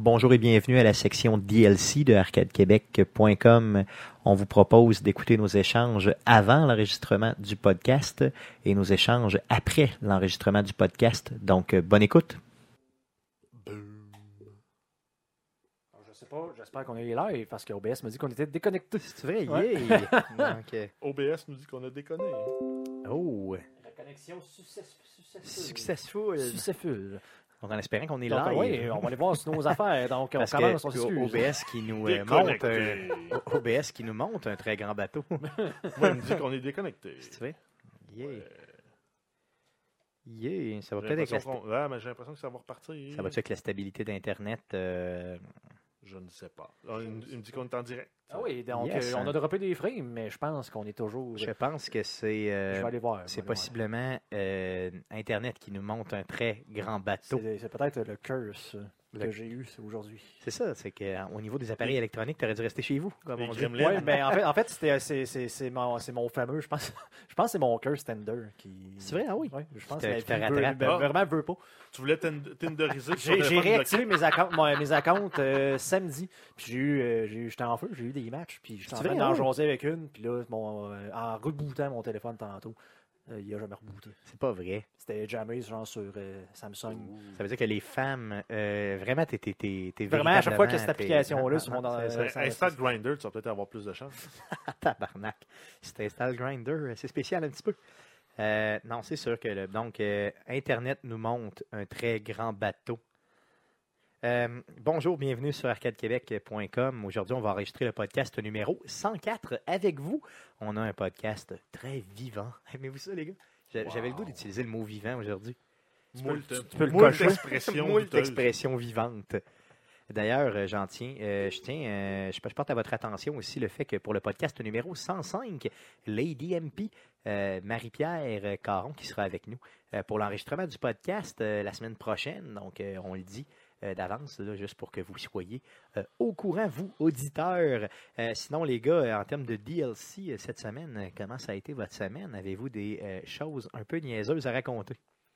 Bonjour et bienvenue à la section DLC de arcadequebec.com. On vous propose d'écouter nos échanges avant l'enregistrement du podcast et nos échanges après l'enregistrement du podcast. Donc, bonne écoute. Je sais pas, j'espère qu'on est live parce que OBS m'a dit qu'on était déconnectés. C'est vrai, Ouais. yeah! Donc, OBS nous dit qu'on a déconné. oh! La connexion Successful! Successful. Donc, en espérant qu'on est Donc, live. oui, on va aller voir sur nos affaires. Donc, on Parce commence, on que s'excuse. OBS qui nous Déconnecté. OBS qui nous montre un très grand bateau. Moi, il me dit qu'on est déconnecté. C'est vrai? Yeah! Ouais. Yeah! Ça va J'ai peut-être l'impression avec mais j'ai l'impression que ça va repartir. ça va-tu avec la stabilité d'Internet? Je ne sais pas. Là, il me dit qu'on est en direct. Ah oui, donc Yes, on hein. a droppé des frames, mais je pense qu'on est toujours. Je pense que c'est Je vais aller voir. c'est possiblement Internet qui nous montre un très grand bateau. C'est peut-être le curse Le- que j'ai eu aujourd'hui. C'est ça, c'est qu'au niveau des appareils électroniques, tu aurais dû rester chez vous, comme Les on dit. gremlins. Oui, mais en fait c'est mon fameux, je pense que c'est mon curse tender qui. C'est vrai? Ah oui? Oui, je pense Qui te que la vie rattrape. vraiment veut pas. Tu voulais tinderiser. sur J'ai le téléphone de- réactivé mes accounts samedi. Puis j'étais en feu, j'ai eu des matchs. Puis j'étais en C'est train vrai, d'en oui? jaser avec une. Puis là, en rebootant mon téléphone tantôt, il a jamais rebooté. C'est pas vrai. C'était jamais genre sur Samsung. Ça veut dire que les femmes, vraiment, t'es Vraiment, à chaque fois que cette véritablement, application-là sur mon c'est ça. ça- Install Grinder, tu vas peut-être avoir plus de chance. Tabarnak. Si t'installes Grindr, c'est spécial un petit peu. Non, c'est sûr que donc Internet nous montre un très grand bateau. Bonjour, bienvenue sur arcadequebec.com. Aujourd'hui, on va enregistrer le podcast numéro 104 avec vous. On a un podcast très vivant. Aimez-vous ça, les gars? J'avais le goût d'utiliser le mot vivant aujourd'hui. Moult peux le cocher. expressions Moult douteuses. expressions vivantes. D'ailleurs, je porte à votre attention aussi le fait que pour le podcast numéro 105, Lady MP, Marie-Pierre Caron, qui sera avec nous pour l'enregistrement du podcast la semaine prochaine. Donc, on le dit d'avance, là, juste pour que vous soyez au courant, vous, auditeurs. Sinon, les gars, en termes de DLC cette semaine, comment ça a été votre semaine? Avez-vous des choses un peu niaiseuses à raconter?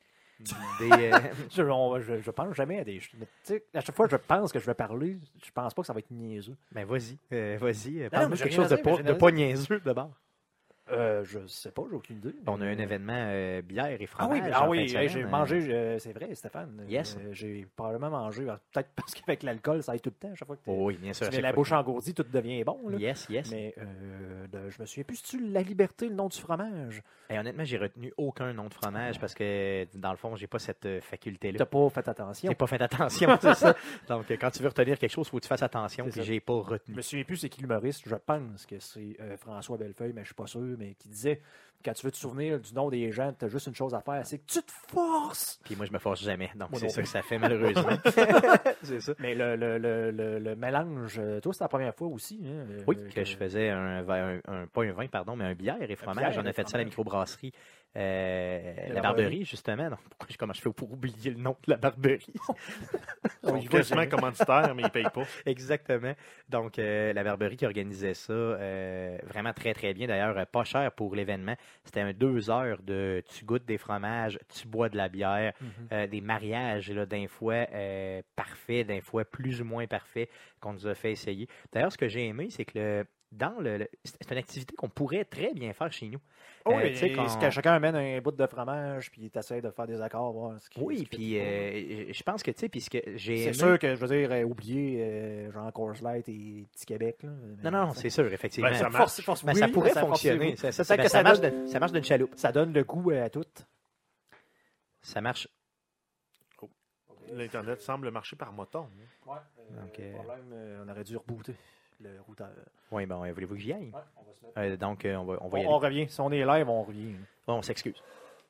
Je pense jamais à des choses. Mais tu sais, à chaque fois que je pense que je vais parler, je pense pas que ça va être niaiseux. Ben vas-y, mais parle-nous j'ai quelque rien chose à de dire, pas, mais j'ai de rien pas niaiseux d'abord. Je sais pas, j'ai aucune idée. On a un événement bière et Ah oui, fromage. ah en oui, fin de semaine. j'ai mangé, c'est vrai, Stéphane. Yes. J'ai probablement mangé, peut-être parce qu'avec l'alcool, ça aille tout le temps. À chaque fois que Oh oui, bien sûr. tu à mets chaque la fois bouche engourdie, tout devient bon. que- Là. Yes, yes. Mais je me souviens plus, c'est-tu La Liberté, le nom du fromage? Et honnêtement, j'ai retenu aucun nom de fromage parce que, dans le fond, j'ai pas cette faculté-là. T'as pas fait attention. J'ai pas fait attention, c'est ça. Donc, quand tu veux retenir quelque chose, il faut que tu fasses attention, C'est puis ça. j'ai pas Je retenu. me souviens plus c'est qui l'humoriste, je pense que c'est François Bellefeuille, mais je suis pas sûr, mais qui disait quand tu veux te souvenir du nom des gens, tu as juste une chose à faire, c'est que tu te forces. Puis moi, je me force jamais. Donc, Moi c'est non ça plus. que ça fait, malheureusement. c'est ça. Mais le mélange, toi, c'est la première fois aussi. Hein, Oui, que je faisais pas un vin, pardon, mais un bière et fromage. bière On a et fait ça à la fromage. microbrasserie, la Barberie. Barberie, justement. Donc, comment je fais pour oublier le nom de la Barberie? Ils sont quasiment commanditaires, mais ils ne payent pas. Exactement. Donc, la Barberie qui organisait ça, vraiment très, très bien. D'ailleurs, pas cher pour l'événement. C'était un 2 heures de tu goûtes des fromages, tu bois de la bière, des mariages là, d'un fois parfaits, d'un fois plus ou moins parfaits qu'on nous a fait essayer. D'ailleurs, ce que j'ai aimé, c'est que c'est une activité qu'on pourrait très bien faire chez nous. Oh, Tu sais, quand- que chacun amène un bout de fromage, puis il essaie de faire des accords. Voir Oui, ce puis je pense que, tu sais, puisque j'ai c'est aimé... sûr que, je veux dire, oublier Jean Coors Light et Petit Québec. Là, mais Non, c'est sûr, effectivement. Ben, ça Mais marche. ça pourrait fonctionner. Ça marche d'une chaloupe. Ça donne le goût à tout. Ça marche. L'Internet semble marcher par moton. Ouais, Donc, problème, on aurait dû rebooter le routeur. Oui, bon, voulez-vous que j'y aille? Ouais, on va se mettre. Donc, on va y aller. On revient. Si on est live, on revient. Bon, on s'excuse.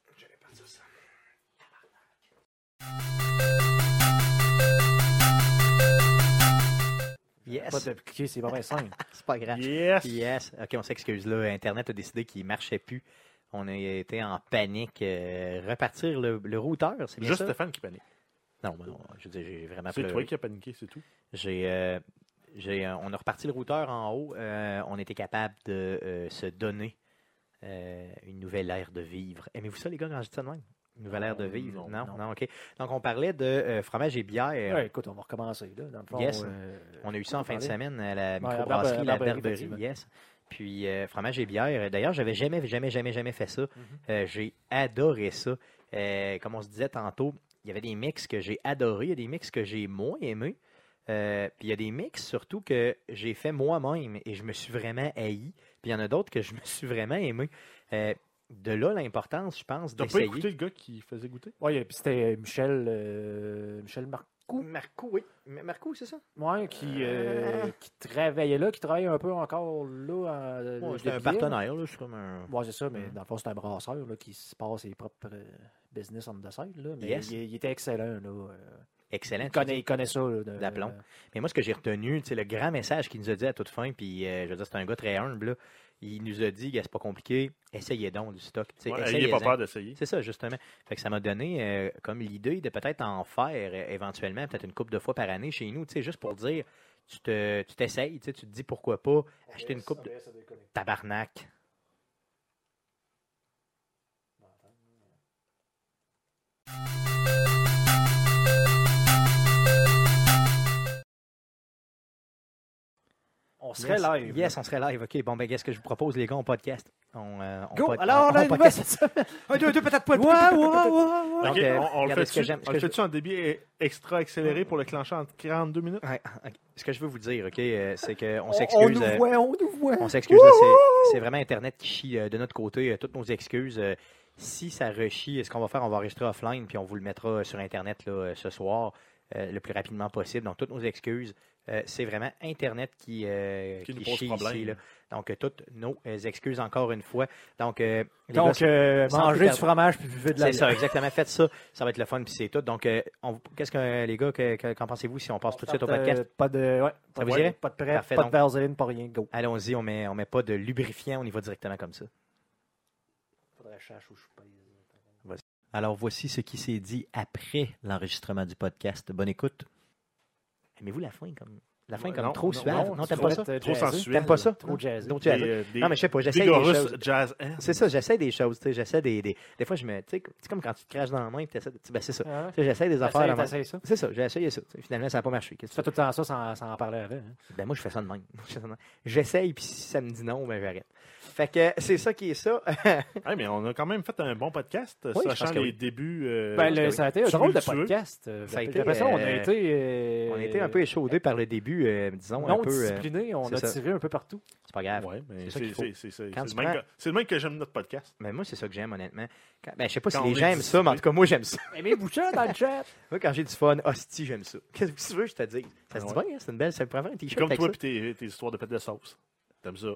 Yes. Pas de cliquer, c'est pas bien simple. C'est pas grave. Yes! Yes. OK, on s'excuse. Là, Internet a décidé qu'il ne marchait plus. On a été en panique. Repartir le routeur, c'est bien Juste ça? Stéphane qui panique. Non, je veux dire, j'ai vraiment C'est pleuré. toi qui as paniqué, c'est tout. On a reparti le routeur en haut. On était capable de se donner une nouvelle ère de vivre. Aimez-vous ça, les gars, quand je dis ça de même? Nouvelle ère de vivre. Non, Non, OK. Donc, on parlait de fromage et bière. Ouais, écoute, on va recommencer. Là. Dans le fond, Yes. On a eu ça en fin de semaine à la Ouais, microbrasserie à La Barberie, Barberie. effectivement. Yes. Puis, fromage et bière. D'ailleurs, j'avais jamais fait ça. J'ai adoré ça. Comme on se disait tantôt, il y avait des mix que j'ai adorés. Il y a des mix que j'ai moins aimés. Puis il y a des mix surtout que j'ai fait moi-même et je me suis vraiment haï. Puis il y en a d'autres que je me suis vraiment aimé. De là l'importance, je pense, T'as pas d'essayer. écouté le gars qui faisait goûter? Oui, puis c'était Michel Marcoux. Marco, oui. Marco, c'est ça? Ouais, qui travaillait là, qui travaille un peu encore là. C'est un partenaire, là. Je suis comme un... Oui, c'est ça, mais dans le fond, c'est un brasseur là, qui se passe ses propres business on the side. Là, mais Yes. il était excellent. Là. Excellent. Il connaît ça. Là, D'aplomb. Mais moi, ce que j'ai retenu, le grand message qu'il nous a dit à toute fin, puis je veux dire, c'est un gars très humble, là. Il nous a dit, c'est pas compliqué, essayez donc du stock. Ayez pas peur d'essayer. C'est ça, justement. Fait que ça m'a donné comme l'idée de peut-être en faire éventuellement, peut-être une couple de fois par année chez nous, juste pour dire, tu t'essayes, tu te dis pourquoi pas acheter une coupe de tabarnak. On serait live. Yes, on serait live. OK, bon, ben, qu'est-ce que je vous propose, les gars, on podcast? Go! Alors, on a une nouvelle cette semaine. Un, deux, peut-être pas. Ouais. Donc, Ok, on le regardez, ce que j'aime- ce que je- fait-tu en débit extra accéléré pour le clencher en 42 minutes? Ouais, ok. Ce que je veux vous dire, OK, c'est qu'on On s'excuse. nous voit, on nous voit. On s'excuse, là, c'est vraiment Internet qui chie de notre côté. Toutes nos excuses. Si ça rechie, ce qu'on va faire, on va enregistrer offline, puis on vous le mettra sur Internet là, ce soir, le plus rapidement possible. Donc, toutes nos excuses. C'est vraiment Internet qui nous pose chie problème. ici. Là. Donc, toutes nos excuses encore une fois. Donc, les gars, sans Mangez plus du fromage puis buvez de la c'est ça, bière. exactement. Faites ça. Ça va être le fun, puis c'est tout. Donc, qu'est-ce que les gars, qu'en pensez-vous si on passe tout de suite au podcast? Pas de, ouais, Ça vous irait? pas de prêt, Parfait, pas donc. de vaseline, pas rien. Go. Allons-y, on met pas de lubrifiant, on y va directement comme ça. Faudrait que je sache où je pèse. Alors, voici ce qui s'est dit après l'enregistrement du podcast. Bonne écoute. Aimez-vous la fin comme Non, trop non, suave? Non, t'aimes pas ça? Trop sensuel. T'aimes pas ça? Trop jazzy. Donc, tu as- Non, mais je sais pas, j'essaie des Vigorous choses. jazz hands. C'est ça, j'essaie des choses, tu sais, j'essaie des fois, je me, tu sais, c'est comme quand tu te craches dans la main, ben, c'est ça. Ah ouais? Tu sais, j'essaie des affaires. T'essayes ça? C'est ça, j'ai essayé ça. Tu sais, finalement, ça n'a pas marché. Qu'est-ce Tu fais que tout le temps ça sans en parler avant. Hein? Ben moi, je fais ça de même. J'essaye, puis si ça me dit non, ben j'arrête. Fait que c'est ça qui est ça. Hey, mais on a quand même fait un bon podcast, je pense sachant que oui. les débuts. Ça a été un drôle de tumultueux. podcast. Ça a J'ai été, l'impression qu'on a été... On a été un peu échaudés par le début, disons, un non peu. disciplinés. On c'est a ça. tiré un peu partout. C'est pas grave. Ouais, mais C'est ça qu'il faut. c'est Quand le tu même prends- que- c'est le même que j'aime notre podcast. Mais moi, c'est ça que j'aime, honnêtement. Ben, je sais pas si Quand les on gens est aiment ça, mais en tout cas, moi, j'aime ça. Aimez Bouchard dans le chat. Moi, quand j'ai du fun, hostie, j'aime ça. Qu'est-ce que tu veux, je te dis? Ça se dit Ouais. bien, hein? C'est une belle. Ça pourrait faire un t-shirt. Comme avec toi ça. et tes histoires de pète de sauce. T'aimes ça?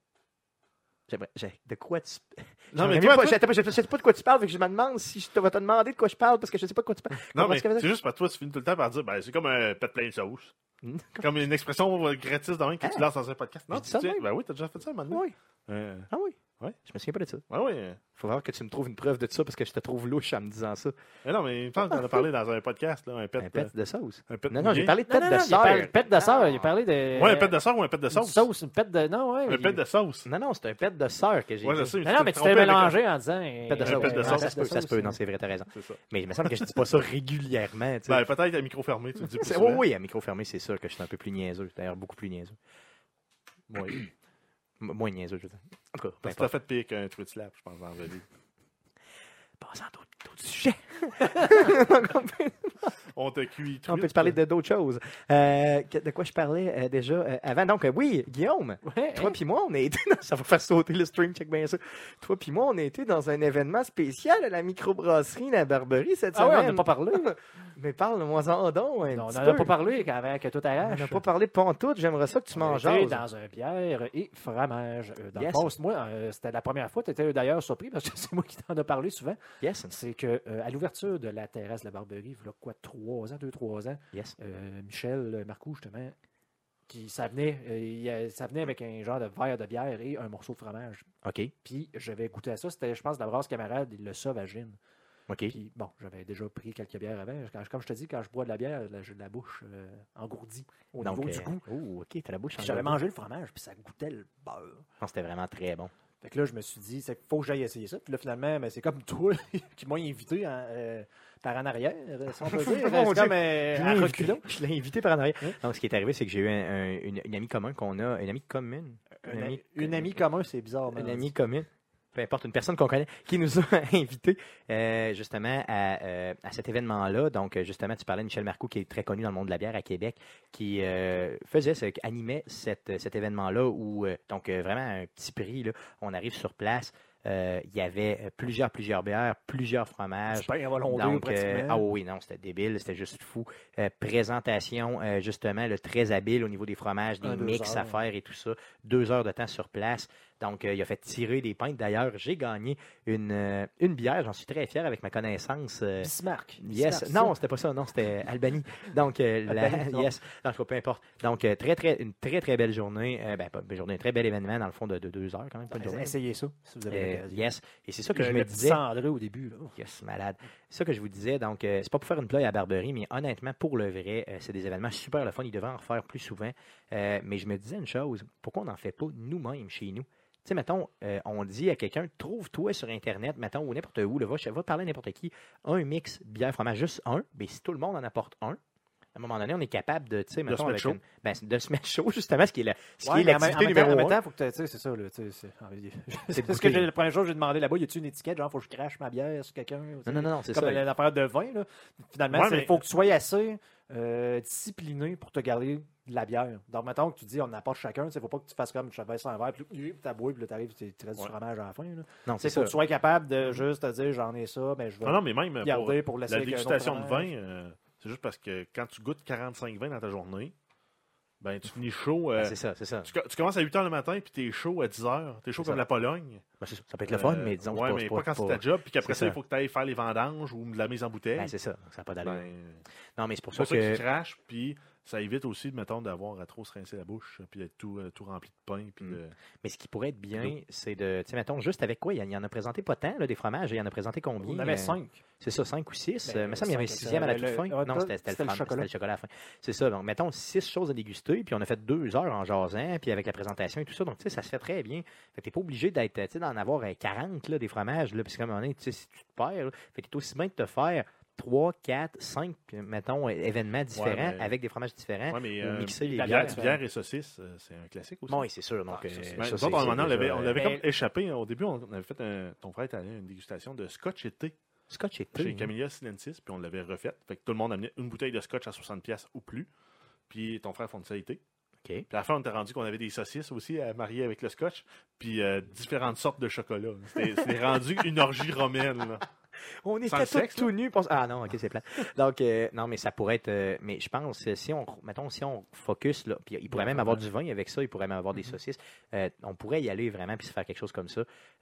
De quoi tu. Non, mais Je toi, sais pas de quoi tu parles, fait que je me demande si je vais te demander de quoi je parle parce que je sais pas de quoi tu parles. non, Comment mais est-ce que ça veut c'est juste parce que toi, tu finis tout le temps par dire, ben, c'est comme un pet plein de sauce. dire? Comme une expression gratis dans un que tu Hein? lances dans un podcast. Non, Je dis ça de même. ben oui, t'as déjà fait ça, maintenant. Oui. Ah oui. Ouais. Je me souviens pas de ça. Ouais, ouais. Faut voir que tu me trouves une preuve de ça parce que je te trouve louche en me disant ça. Mais non, mais il me semble qu'on a parlé dans un podcast, là, Un pet de sauce. un pet Non, non, j'ai mouillé. parlé de pet de Il a sœur. parlé de pète de sœur. Il a parlé de... Ouais, un pet de sauce ou un pet de Une sauce? sauce, une pète de... Non, ouais. Un pet de sauce. Non, non, c'est un pet de sœur que j'ai Ouais, dit. je sais, Non, mais tu t'es trompé avec mélangé en disant... Pet de Un sauce. pet de Non, sauce. ça se peut, non, c'est vrai, t'as raison. C'est ça. Mais il me semble que je dis pas ça régulièrement. Tu sais. Ben, peut-être à micro fermé, tu le dis plus Oui, souvent. oui, à micro fermé, c'est sûr que je suis un peu plus niaiseux. D'ailleurs, beaucoup plus niaiseux. Oui. Moins niaiseux, je veux dire. En tout cas, peu Parce que t'as importe. fait pire qu'un tweet slap, je pense, dans la vie. Passons à d'autres sujets. On t'a cuit. On peut te parler de d'autres choses. De quoi je parlais déjà avant? Donc, oui, Guillaume, Ouais, toi puis moi, on a été ça va faire sauter le stream, check bien ça. Toi puis moi, on a été dans un événement spécial à la microbrasserie La Barberie cette Ah ouais, on semaine. n'a pas parlé. Mais parle-moi en donc un On petit n'en peu. a pas parlé avant que tout On arrache. n'a pas parlé de pantoute. J'aimerais ça que tu On manges. était dans un bière et fromage. Dans Yes. le fond, moi, c'était la première fois. Tu étais d'ailleurs surpris parce que c'est moi qui t'en ai parlé souvent. Yes. C'est que à l'ouverture de la terrasse de la Barberie, il y a quoi, 2-3 ans, Yes. Michel Marcoux, justement, ça venait avec un genre de verre de bière et un morceau de fromage. OK. Puis j'avais goûté à ça. C'était, je pense, de la brasse camarade, le Sauvagine. OK. Puis bon, j'avais déjà pris quelques bières avant. Comme je te dis, quand je bois de la bière, j'ai la bouche engourdie au Donc, niveau du goût. Oh, OK, t'as la bouche en Puis j'avais gros. mangé le fromage, puis ça goûtait le beurre. Non, c'était vraiment très bon. Fait que là, je me suis dit, c'est faut que j'aille essayer ça. Puis là, finalement, c'est comme toi qui m'as invité par en arrière, si on peut dire. Mon C'est Dieu. comme en reculons. Je l'ai invité par en arrière. Hein? Donc, ce qui est arrivé, c'est que j'ai eu une amie commune qu'on a. Une amie commune. Une amie commune, c'est bizarre. Une amie commune. Peu importe, une personne qu'on connaît, qui nous a invités justement à cet événement-là. Donc, justement, tu parlais de Michel Marcoux, qui est très connu dans le monde de la bière à Québec, qui animait cet événement-là où, donc, vraiment un petit prix, là, on arrive sur place. Il y avait plusieurs bières, plusieurs fromages. Super involonté, Donc, pratiquement. oui, non, c'était débile, c'était juste fou. Présentation, justement, très habile au niveau des fromages, des 2 mix heures. à faire et tout ça. 2 heures de temps sur place. Donc, il a fait tirer des pintes. D'ailleurs, j'ai gagné une bière. J'en suis très fier avec ma connaissance. Bismarck. Yes. Bismarck, Non, c'était pas ça. Non, c'était Albanie. Donc, Albanie, non. yes. Donc, peu importe. Donc, une très belle journée. Pas belle journée, un très bel événement, dans le fond, de 2 heures, quand même. Pas une journée. Essayez ça, si vous avez l'occasion. Yes. Et c'est ça que je Le me petit disais. cendré au début. Là. Yes, malade. C'est ça que je vous disais. Donc, c'est pas pour faire une ploie à Barberie, mais honnêtement, pour le vrai, c'est des événements super le fun. Ils devraient en refaire plus souvent. Mais je me disais une chose. Pourquoi on n'en fait pas nous-mêmes chez nous? Tu sais, mettons, on dit à quelqu'un, trouve-toi sur Internet, mettons, ou n'importe où, là, va parler à n'importe qui, un mix bière fromage, juste un. Mais si tout le monde en apporte un, à un moment donné, on est capable de, tu sais, mettons, se mettre chaud. de se mettre chaud, justement, ce qui est Ouais, mais en l'activité même numéro temps, un. faut que tu sais, c'est ça. Là, c'est C'est ce que la première chose que j'ai demandé là-bas, y a-tu une étiquette, genre, faut que je crache ma bière sur quelqu'un? Non, c'est comme ça. l'affaire de vin, là. Finalement, Ouais, il mais- faut que tu sois assez discipliné pour te garder de la bière. Donc, mettons que tu dis, on apporte chacun, il ne faut pas que tu fasses comme, je baisse un verre, puis ta bouille, puis là, t'arrives, tu restes du fromage à la fin. Là. Non, c'est Il faut ça. que tu sois capable de juste te dire, j'en ai ça, mais je vais Non, mais même garder pour la laisser avec un autre dégustation de fromage. vin, c'est juste parce que quand tu goûtes 45 vins dans ta journée, ben tu finis chaud. Ben, c'est ça. Tu commences à 8 h le matin, puis tu es chaud à 10 h. Tu es chaud C'est comme ça. la Pologne. Ben, c'est ça. Ça peut être le fun, mais disons que ouais, c'est mais pas, pas quand c'est c'est ta job, puis qu'après c'est ça, il ça. faut que tu ailles faire les vendanges ou de la mise en bouteille. Ben, c'est ça. Ça n'a pas d'allure. Ben, Non, mais c'est pour c'est ça pour ça que que. tu craches, puis ça évite aussi, mettons, d'avoir à trop se rincer la bouche, puis d'être tout rempli de pain. Puis de... Mais ce qui pourrait être bien, c'est de. Tu sais, mettons, juste avec quoi? Il y en a présenté pas tant, là, des fromages. Il y en a présenté combien? On avait 5. C'est ça, 5 ou 6. Ben, Mais ça, il y avait un 5, 6e à la toute le- fin. ouais, Non, c'était c'était le chocolat. le chocolat à la fin. C'est ça. Donc, mettons 6 choses à déguster, puis on a fait 2 heures en jasant, puis avec la présentation et tout ça. Donc, tu sais, ça se fait très bien. Fait que t'es pas obligé d'être, tu sais, d'en avoir 40, là, des fromages, là, puis comme on est, tu sais, si tu te perds, là, fait que t'es aussi bien de te faire 3, 4, 5, mettons, événements différents mais- avec des fromages différents. Ouais, mais ou mixer les la bières. bière et saucisse, c'est un classique aussi. Bon, oui, c'est sûr. Donc, Ah, ça, c'est- Ben, ça, nous c'est- autres, à un c'est moment donné, déjà, on l'avait mais- comme échappé. Au début, on avait fait ton frère était allé à une dégustation de scotch et thé Scotch et chez thé, hein. Camellia Sinensis, puis on l'avait refait. Fait que tout le monde amenait une bouteille de scotch à 60$ ou plus. Puis ton frère fournissait le thé. OK. Puis à la fin, on était rendu qu'on avait des saucisses aussi à marier avec le scotch, puis différentes sortes de chocolat. C'était rendu une orgie romaine. Là. On Sans était le tous sexe, tout nus. Ah non, ok, c'est plat. Donc, non, mais ça pourrait être. Mais je pense, si on focus, là, puis il pourrait même avoir du vin avec ça, il pourrait même avoir des saucisses. On pourrait y aller vraiment puis se faire quelque chose comme ça.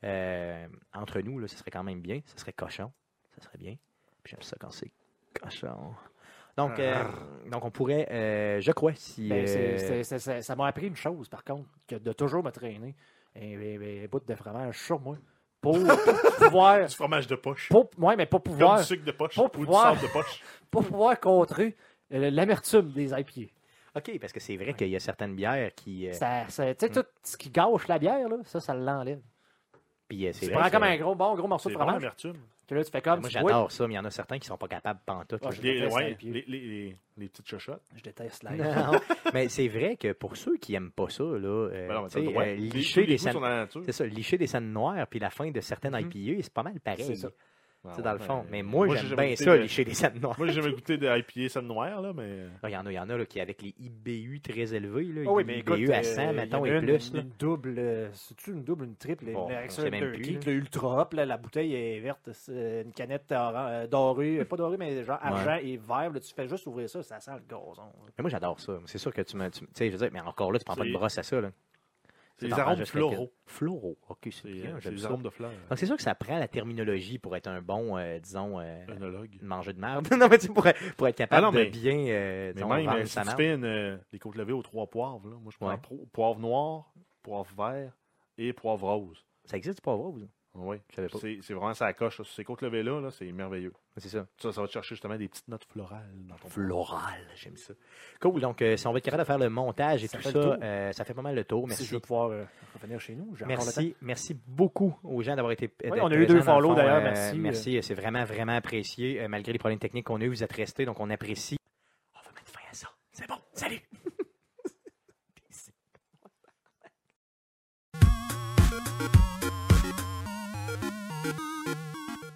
Entre nous, là, ce serait quand même bien. Ce serait cochon. Ça serait bien. Puis j'aime ça quand c'est cochon. Donc, on pourrait, je crois, si. Ben, ça m'a appris une chose, par contre, que de toujours me traîner un bout de fromage sur moi pour pouvoir. Du fromage de poche. Ouais, mais pas Comme pouvoir, du sucre de poche pour ou du pouvoir- sable de poche. pour pouvoir contrer l'amertume des IPA. OK, parce que c'est vrai qu'il y a certaines bières qui. Tu sais, tout ce qui gâche la bière, là, ça l'enlève. Puis c'est Tu vrai. prends comme que- un gros morceau C'est de vraiment fromage. l'amertume. Puis là, tu fais comme. Moi, tu bois. j'adore ça, mais il y en a certains qui sont pas capables pantoute. Ah, là. je déteste Ouais, l'IPA. les petites chochottes. Je déteste la Non, mais c'est vrai que pour ceux qui aiment pas ça, là, Ben non, mais tu t'as le sais, droit. licher Tous les des goûts sont scènes, dans la nature. c'est ça, licher des scènes noires puis la fin de certaines Mhm. IPA, c'est pas mal pareil. C'est ça. Tu sais, dans le fond. Ben, Mais moi, j'ai j'aime jamais bien goûté ça, de- licher des scènes noires. Moi, j'ai jamais goûté de IPA scène noire, là, mais. Il y en a là, qui avec les IBU très élevés, là, Ah oui, mais écoute, IBU à 100, mettons, il y en et a plus. là. une double, c'est-tu une double, une triple? Bon, avec on ça, sait même le plus, Keith, là. le Ultra Hop, là, la bouteille est verte, c'est une canette dorée, pas dorée, mais genre argent et vert. Là, tu fais juste ouvrir ça, ça sent le gazon. là. Mais moi, j'adore ça. C'est sûr que tu sais, je veux dire, mais encore là, tu prends pas de C'est- brosse à ça, là. C'est t'en les prends arômes juste floraux. quelques- Floraux, ok, c'est C'est bien, c'est j'aime les ça. arômes de fleurs. Donc, c'est sûr que ça prend la terminologie pour être un bon, disons, Œnologue. manger de merde. Non, mais tu sais, pour être capable Ah non, mais- de bien, Mais disons, même vendre si sa tu marque. fais des côtes levées aux 3 poivres, là, moi je prends Ouais. poivre noir, poivre vert et poivre rose. Ça existe du poivre rose? Oui, Je savais pas. c'est vraiment ça coche. Sur ces côtes levées-là, là, c'est merveilleux. C'est ça. Ça va te chercher justement des petites notes florales dans ton Floral, j'aime ça. Cool, donc si on va être capable de faire le montage et Ça tout fait ça, le tour. ça fait pas mal le tour. Si Merci. je veux pouvoir revenir chez nous, j'ai encore le temps. Merci beaucoup aux gens d'avoir été. Oui, d'être on a eu présents 2 dans le follow fond. d'ailleurs, merci. Merci, c'est vraiment, vraiment apprécié. Malgré les problèmes techniques qu'on a eu, vous êtes restés, donc on apprécie.